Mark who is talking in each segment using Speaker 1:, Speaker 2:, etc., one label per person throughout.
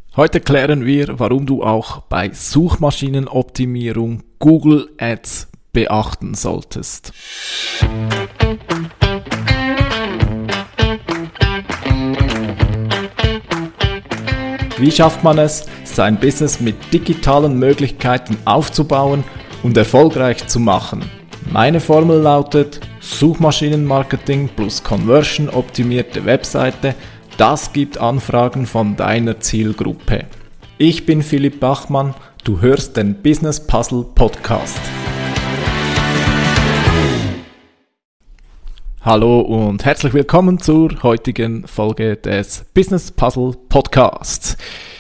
Speaker 1: Heute klären wir, warum du auch bei Suchmaschinenoptimierung Google Ads beachten solltest. Wie schafft man es, sein Business mit digitalen Möglichkeiten aufzubauen und erfolgreich zu machen? Meine Formel lautet: Suchmaschinenmarketing plus Conversion-optimierte Webseite. Das gibt Anfragen von deiner Zielgruppe. Ich bin Philipp Bachmann, du hörst den Business Puzzle Podcast. Hallo und herzlich willkommen zur heutigen Folge des Business Puzzle Podcasts.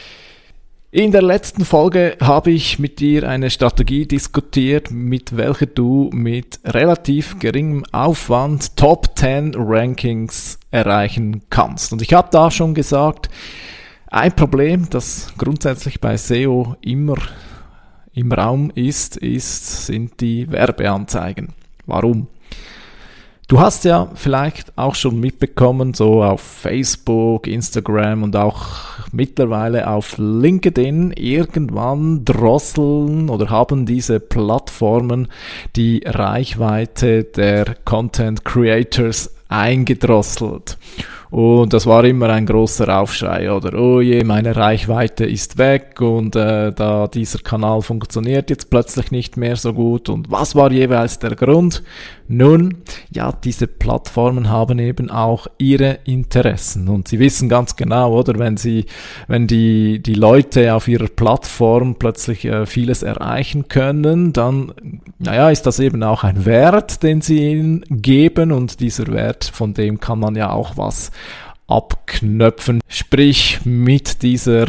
Speaker 1: In der letzten Folge habe ich mit dir eine Strategie diskutiert, mit welcher du mit relativ geringem Aufwand Top 10 Rankings erreichen kannst. Und ich habe da schon gesagt, ein Problem, das grundsätzlich bei SEO immer im Raum sind die Werbeanzeigen. Warum? Du hast ja vielleicht auch schon mitbekommen, so auf Facebook, Instagram und auch mittlerweile auf LinkedIn, irgendwann drosseln oder haben diese Plattformen die Reichweite der Content Creators eingedrosselt. Und das war immer ein großer Aufschrei, oder? Oh je, meine Reichweite ist weg und da dieser Kanal funktioniert jetzt plötzlich nicht mehr so gut. Und was war jeweils der Grund? Nun, ja, diese Plattformen haben eben auch ihre Interessen und sie wissen ganz genau, oder? Wenn die Leute auf ihrer Plattform plötzlich vieles erreichen können, dann, ist das eben auch ein Wert, den sie ihnen geben, und dieser Wert, von dem kann man ja auch was abknöpfen. Sprich, mit dieser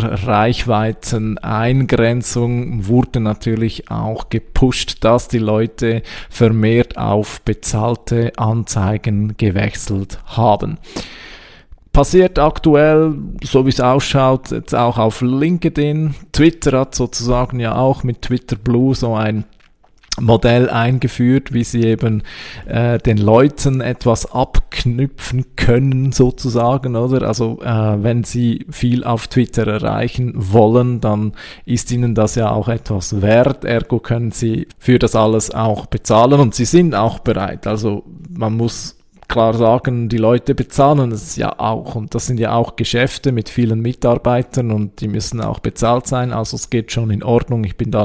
Speaker 1: Reichweiteneingrenzung wurde natürlich auch gepusht, dass die Leute vermehrt auf bezahlte Anzeigen gewechselt haben. Passiert aktuell, so wie es ausschaut, jetzt auch auf LinkedIn. Twitter hat sozusagen ja auch mit Twitter Blue so ein Modell eingeführt, wie sie eben den Leuten etwas abknüpfen können, sozusagen, oder? Also wenn sie viel auf Twitter erreichen wollen, dann ist ihnen das ja auch etwas wert, ergo können sie für das alles auch bezahlen und sie sind auch bereit. Also man muss klar sagen, die Leute bezahlen es ja auch, und das sind ja auch Geschäfte mit vielen Mitarbeitern und die müssen auch bezahlt sein, also es geht schon in Ordnung, ich bin da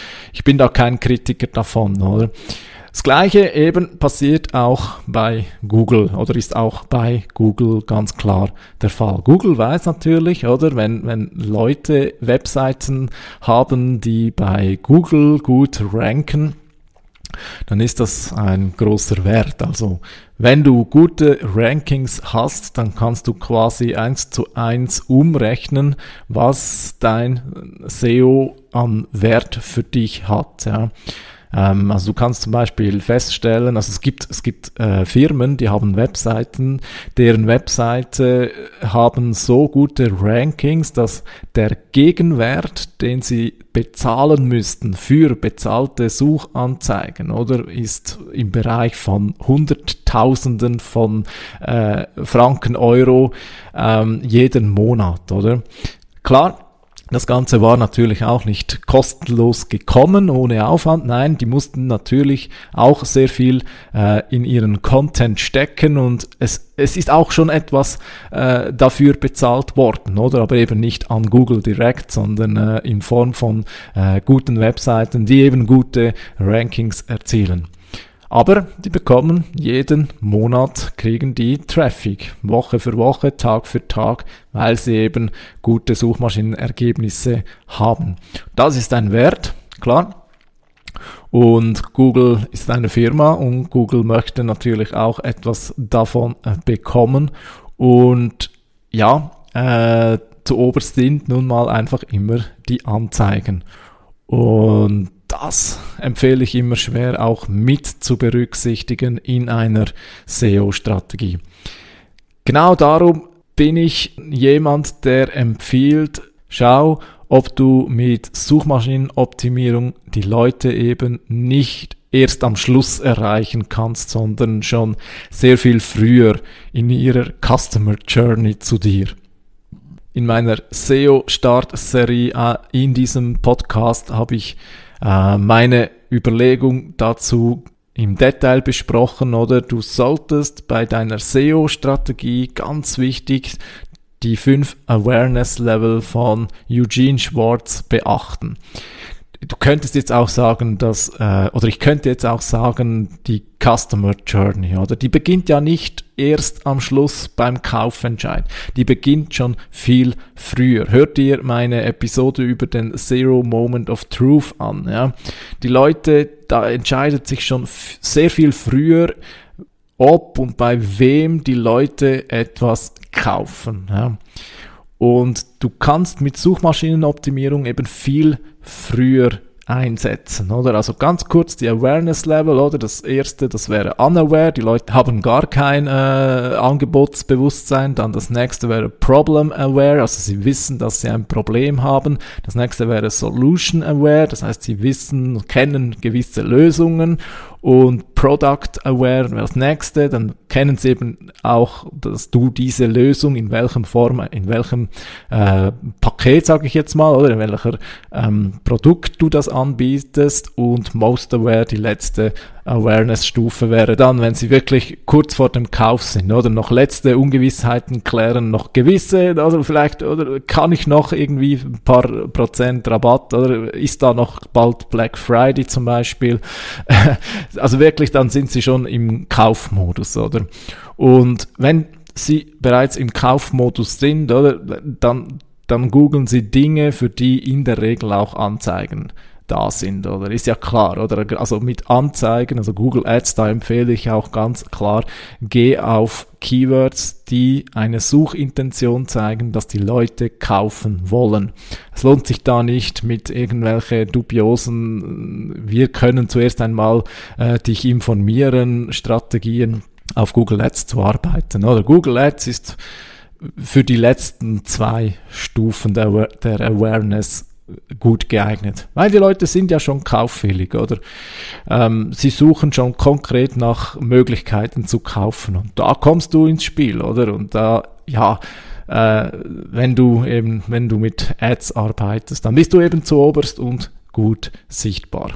Speaker 1: kein Kritiker davon, oder? Das Gleiche eben passiert auch bei Google oder ist auch bei Google ganz klar der Fall. Google weiß natürlich, oder, wenn Leute Webseiten haben, die bei Google gut ranken, dann ist das ein großer Wert. Also wenn du gute Rankings hast, dann kannst du quasi 1:1 umrechnen, was dein SEO an Wert für dich hat. Ja. Also du kannst zum Beispiel feststellen, also es gibt Firmen, die haben Webseiten, deren Webseite haben so gute Rankings, dass der Gegenwert, den sie bezahlen müssten für bezahlte Suchanzeigen, oder, ist im Bereich von Hunderttausenden von Franken, Euro jeden Monat, oder? Klar, das Ganze war natürlich auch nicht kostenlos gekommen, ohne Aufwand. Nein, die mussten natürlich auch sehr viel in ihren Content stecken, und es ist auch schon etwas dafür bezahlt worden, oder? Aber eben nicht an Google direkt, sondern in Form von guten Webseiten, die eben gute Rankings erzielen. Aber die bekommen jeden Monat, kriegen die Traffic, Woche für Woche, Tag für Tag, weil sie eben gute Suchmaschinenergebnisse haben. Das ist ein Wert, klar. Und Google ist eine Firma und Google möchte natürlich auch etwas davon bekommen. Und ja, zuoberst sind nun mal einfach immer die Anzeigen. Und das empfehle ich immer schwer auch mit zu berücksichtigen in einer SEO-Strategie. Genau darum bin ich jemand, der empfiehlt, schau, ob du mit Suchmaschinenoptimierung die Leute eben nicht erst am Schluss erreichen kannst, sondern schon sehr viel früher in ihrer Customer Journey zu dir. in meiner SEO-Start-Serie in diesem Podcast habe ich meine Überlegung dazu im Detail besprochen, oder? Du solltest bei deiner SEO-Strategie, ganz wichtig, die 5 Awareness-Level von Eugene Schwartz beachten. Du könntest jetzt auch sagen, oder ich könnte jetzt auch sagen, die Customer Journey, oder? Die beginnt ja nicht erst am Schluss beim Kaufentscheid. Die beginnt schon viel früher. Hört ihr meine Episode über den Zero Moment of Truth an, ja? Die Leute, da entscheidet sich schon sehr viel früher, ob und bei wem die Leute etwas kaufen, ja? Und du kannst mit Suchmaschinenoptimierung eben viel früher einsetzen, oder? Also ganz kurz die Awareness Level, oder? Das erste, das wäre unaware, die Leute haben gar kein Angebotsbewusstsein. Dann das nächste wäre Problem Aware, also sie wissen, dass sie ein Problem haben. Das nächste wäre Solution Aware, das heißt, sie wissen, kennen gewisse Lösungen. Und Product Aware wäre das nächste, dann kennen sie eben auch, dass du diese Lösung in welchem Form, in welchem Paket, sage ich jetzt mal, oder in welcher Produkt du das anbietest. Und Most Aware, die letzte Awareness-Stufe wäre dann, wenn sie wirklich kurz vor dem Kauf sind, oder noch letzte Ungewissheiten klären, noch gewisse, oder vielleicht, oder kann ich noch irgendwie ein paar Prozent Rabatt, oder ist da noch bald Black Friday zum Beispiel? Also wirklich, dann sind sie schon im Kaufmodus, oder? Und wenn sie bereits im Kaufmodus sind, oder, dann googeln sie Dinge, für die in der Regel auch Anzeigen da sind, oder? Ist ja klar, oder? Also mit Anzeigen, also Google Ads, da empfehle ich auch ganz klar, geh auf Keywords, die eine Suchintention zeigen, dass die Leute kaufen wollen. Es lohnt sich da nicht mit irgendwelche dubiosen, wir können zuerst einmal dich informieren, Strategien auf Google Ads zu arbeiten, oder? Google Ads ist für die letzten 2 Stufen der Awareness gut geeignet, weil die Leute sind ja schon kauffällig, oder? Sie suchen schon konkret nach Möglichkeiten zu kaufen und da kommst du ins Spiel, oder? Und da, ja, wenn du mit Ads arbeitest, dann bist du eben zuoberst und gut sichtbar.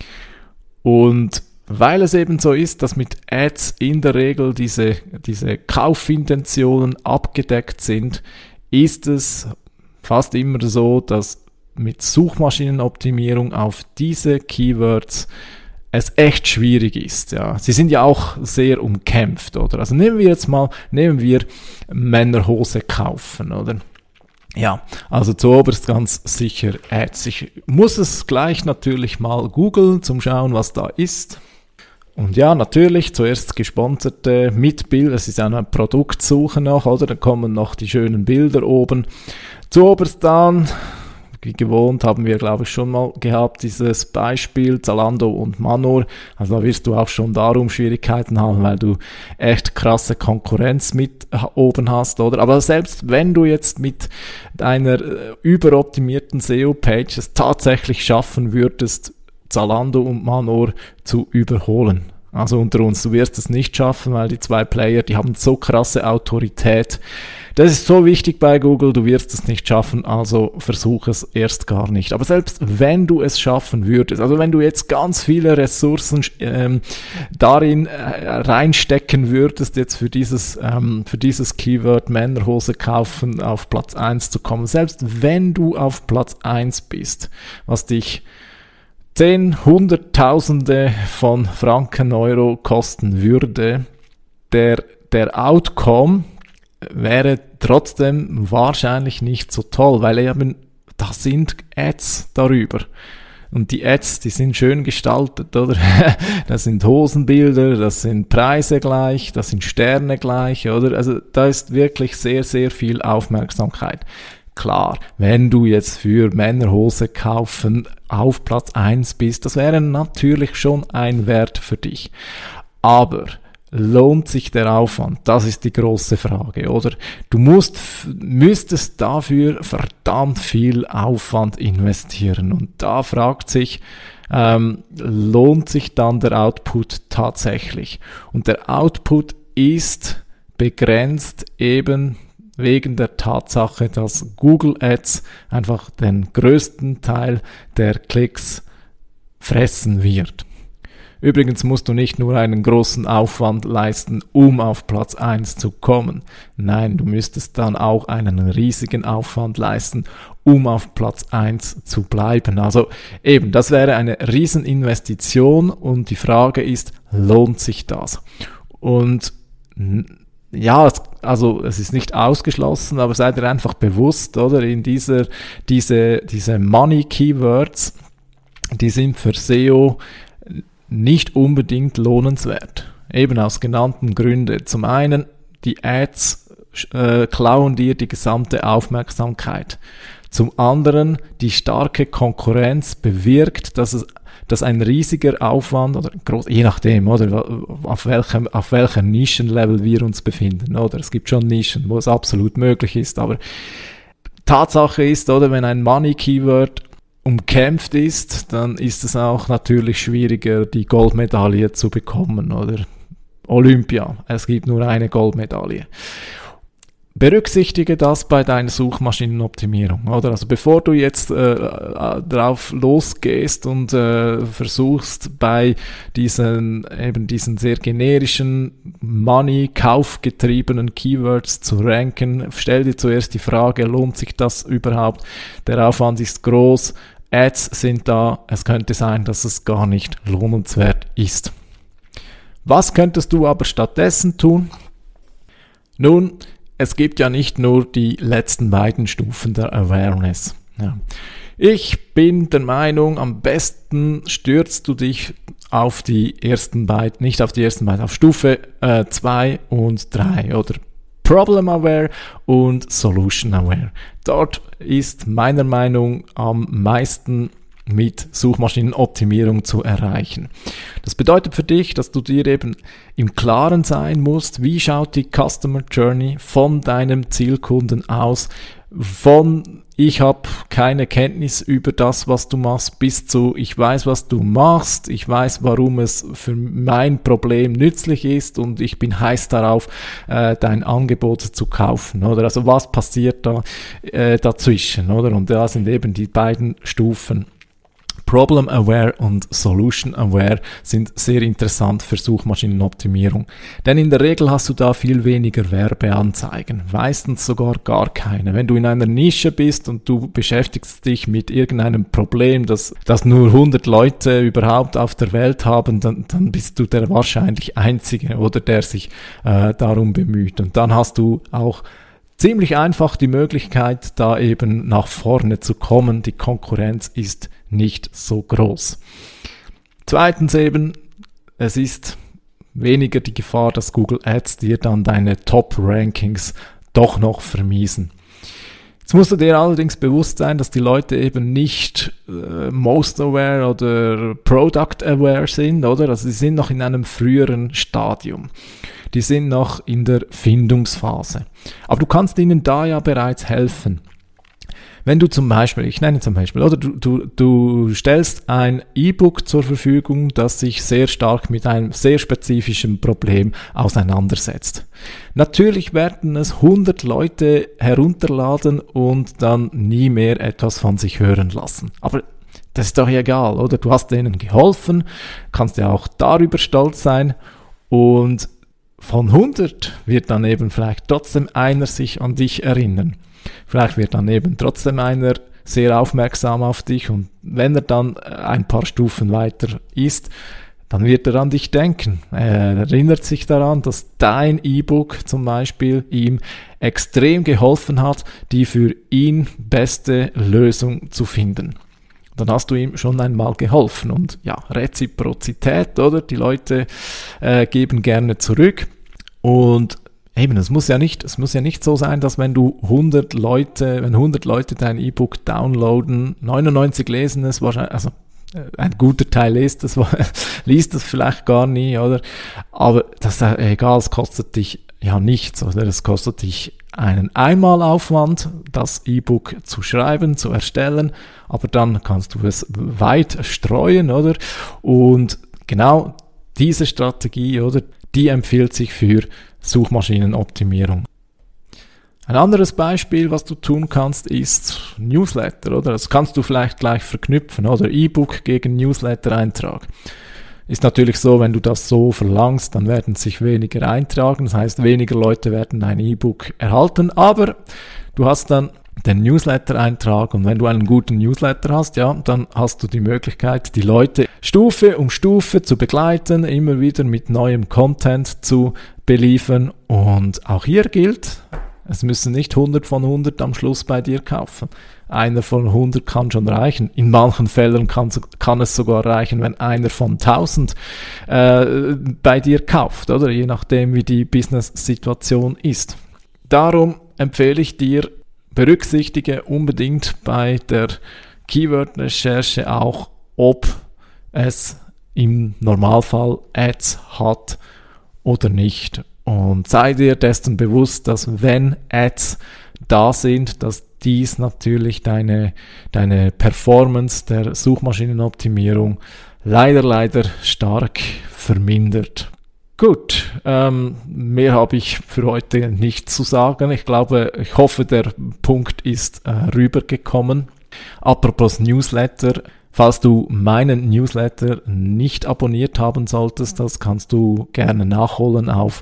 Speaker 1: Und weil es eben so ist, dass mit Ads in der Regel diese Kaufintentionen abgedeckt sind, ist es fast immer so, dass mit Suchmaschinenoptimierung auf diese Keywords es echt schwierig ist, ja. Sie sind ja auch sehr umkämpft, oder? Also nehmen wir Männerhose kaufen, oder? Ja, also zuoberst ganz sicher Ads. Ich muss es gleich natürlich mal googeln, zum schauen, was da ist. Und ja, natürlich zuerst gesponserte mit Bild, es ist ja eine Produktsuche noch, oder? Dann kommen noch die schönen Bilder oben. Zuoberst dann, wie gewohnt, haben wir, glaube ich, schon mal gehabt, dieses Beispiel Zalando und Manor. Also da wirst du auch schon darum Schwierigkeiten haben, weil du echt krasse Konkurrenz mit oben hast, oder? Aber selbst wenn du jetzt mit deiner überoptimierten SEO-Page es tatsächlich schaffen würdest, Zalando und Manor zu überholen. Also unter uns, du wirst es nicht schaffen, weil die 2 Player, die haben so krasse Autorität. Das ist so wichtig bei Google, du wirst es nicht schaffen, also versuch es erst gar nicht. Aber selbst wenn du es schaffen würdest, also wenn du jetzt ganz viele Ressourcen darin reinstecken würdest, jetzt für dieses Keyword Männerhose kaufen auf Platz 1 zu kommen, selbst wenn du auf Platz 1 bist, was dich 10 Hunderttausende von Franken, Euro kosten würde, der Outcome wäre trotzdem wahrscheinlich nicht so toll, weil eben da sind Ads darüber. Und die Ads, die sind schön gestaltet, oder? Das sind Hosenbilder, das sind Preise gleich, das sind Sterne gleich, oder? Also da ist wirklich sehr, sehr viel Aufmerksamkeit. Klar, wenn du jetzt für Männerhose kaufen auf Platz 1 bist, das wäre natürlich schon ein Wert für dich. Aber lohnt sich der Aufwand? Das ist die große Frage, oder? Du müsstest dafür verdammt viel Aufwand investieren. Und da fragt sich, lohnt sich dann der Output tatsächlich? Und der Output ist begrenzt eben wegen der Tatsache, dass Google Ads einfach den größten Teil der Klicks fressen wird. Übrigens musst du nicht nur einen großen Aufwand leisten, um auf Platz 1 zu kommen. Nein, du müsstest dann auch einen riesigen Aufwand leisten, um auf Platz 1 zu bleiben. Also eben, das wäre eine Rieseninvestition und die Frage ist, lohnt sich das? Und ja, es ist nicht ausgeschlossen, aber seid ihr einfach bewusst, oder? In diese Money Keywords, die sind für SEO nicht unbedingt lohnenswert. Eben aus genannten Gründen. Zum einen, die Ads klauen dir die gesamte Aufmerksamkeit. Zum anderen, die starke Konkurrenz bewirkt, dass ein riesiger Aufwand, oder je nachdem, oder auf welchem Nischenlevel wir uns befinden, oder? Es gibt schon Nischen, wo es absolut möglich ist, aber Tatsache ist, oder, wenn ein Money-Keyword umkämpft ist, dann ist es auch natürlich schwieriger, die Goldmedaille zu bekommen, oder Olympia, es gibt nur eine Goldmedaille. Berücksichtige das bei deiner Suchmaschinenoptimierung, oder? Also bevor du jetzt drauf losgehst und versuchst bei diesen sehr generischen Money-kaufgetriebenen Keywords zu ranken, stell dir zuerst die Frage, lohnt sich das überhaupt? Der Aufwand ist groß, Ads sind da, es könnte sein, dass es gar nicht lohnenswert ist. Was könntest du aber stattdessen tun? Nun, es gibt ja nicht nur die letzten beiden Stufen der Awareness. Ja. Ich bin der Meinung, am besten stürzt du dich auf die ersten beiden, nicht auf die ersten beiden, auf Stufe 2 und 3 oder Problem Aware und Solution Aware. Dort ist meiner Meinung nach am meisten mit Suchmaschinenoptimierung zu erreichen. Das bedeutet für dich, dass du dir eben im Klaren sein musst, wie schaut die Customer Journey von deinem Zielkunden aus, von ich habe keine Kenntnis über das, was du machst, bis zu ich weiß, was du machst, ich weiß, warum es für mein Problem nützlich ist und ich bin heiß darauf, dein Angebot zu kaufen, oder? Also was passiert da dazwischen, oder? Und da sind eben die beiden Stufen. Problem Aware und Solution Aware sind sehr interessant für Suchmaschinenoptimierung. Denn in der Regel hast du da viel weniger Werbeanzeigen, meistens sogar gar keine. Wenn du in einer Nische bist und du beschäftigst dich mit irgendeinem Problem, das nur 100 Leute überhaupt auf der Welt haben, dann bist du der wahrscheinlich Einzige, oder der sich darum bemüht. Und dann hast du auch ziemlich einfach die Möglichkeit, da eben nach vorne zu kommen. Die Konkurrenz ist nicht so groß. Zweitens eben, es ist weniger die Gefahr, dass Google Ads dir dann deine Top-Rankings doch noch vermiesen. Jetzt musst du dir allerdings bewusst sein, dass die Leute eben nicht Most Aware oder Product Aware sind, oder? Also sie sind noch in einem früheren Stadium. Die sind noch in der Findungsphase. Aber du kannst ihnen da ja bereits helfen. Wenn du zum Beispiel, ich nenne zum Beispiel, oder du stellst ein E-Book zur Verfügung, das sich sehr stark mit einem sehr spezifischen Problem auseinandersetzt. Natürlich werden es 100 Leute herunterladen und dann nie mehr etwas von sich hören lassen. Aber das ist doch egal, oder? Du hast denen geholfen, kannst ja auch darüber stolz sein und von 100 wird dann eben vielleicht trotzdem einer sich an dich erinnern. Vielleicht wird dann eben trotzdem einer sehr aufmerksam auf dich und wenn er dann ein paar Stufen weiter ist, dann wird er an dich denken. Er erinnert sich daran, dass dein E-Book zum Beispiel ihm extrem geholfen hat, die für ihn beste Lösung zu finden. Dann hast du ihm schon einmal geholfen und ja, Reziprozität, oder? Die Leute geben gerne zurück und eben, es muss ja nicht so sein, dass wenn 100 Leute dein E-Book downloaden, 99 lesen es wahrscheinlich, also ein guter Teil liest es vielleicht gar nie, oder? Aber das ist egal, es kostet dich ja nichts, oder? Es kostet dich einen Einmalaufwand, das E-Book zu schreiben, zu erstellen, aber dann kannst du es weit streuen, oder? Und genau diese Strategie, oder? Die empfiehlt sich für Suchmaschinenoptimierung. Ein anderes Beispiel, was du tun kannst, ist Newsletter, oder? Das kannst du vielleicht gleich verknüpfen, oder? E-Book gegen Newsletter-Eintrag. Ist natürlich so, wenn du das so verlangst, dann werden sich weniger eintragen, das heißt, weniger Leute werden dein E-Book erhalten, aber du hast dann den Newsletter-Eintrag und wenn du einen guten Newsletter hast, ja, dann hast du die Möglichkeit, die Leute Stufe um Stufe zu begleiten, immer wieder mit neuem Content zu beliefern und auch hier gilt, es müssen nicht 100 von 100 am Schluss bei dir kaufen. Einer von 100 kann schon reichen. In manchen Fällen kann es sogar reichen, wenn einer von 1000 bei dir kauft, oder? Je nachdem, wie die Business-Situation ist. Darum empfehle ich dir, berücksichtige unbedingt bei der Keyword-Recherche auch, ob es im Normalfall Ads hat oder nicht. Und sei dir dessen bewusst, dass wenn Ads da sind, dass dies natürlich deine Performance der Suchmaschinenoptimierung leider stark vermindert. Gut, mehr habe ich für heute nicht zu sagen. Ich hoffe, der Punkt ist rübergekommen. Apropos Newsletter, falls du meinen Newsletter nicht abonniert haben solltest, das kannst du gerne nachholen auf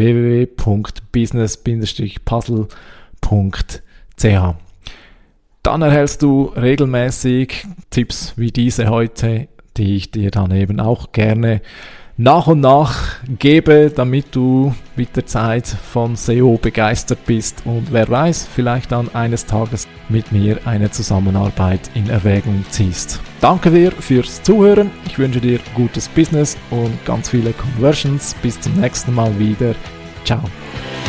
Speaker 1: www.business-puzzle.ch. Dann erhältst du regelmäßig Tipps wie diese heute, die ich dir dann eben auch gerne nach und nach gebe, damit du mit der Zeit von SEO begeistert bist und wer weiß, vielleicht dann eines Tages mit mir eine Zusammenarbeit in Erwägung ziehst. Danke dir fürs Zuhören, ich wünsche dir gutes Business und ganz viele Conversions. Bis zum nächsten Mal wieder. Ciao.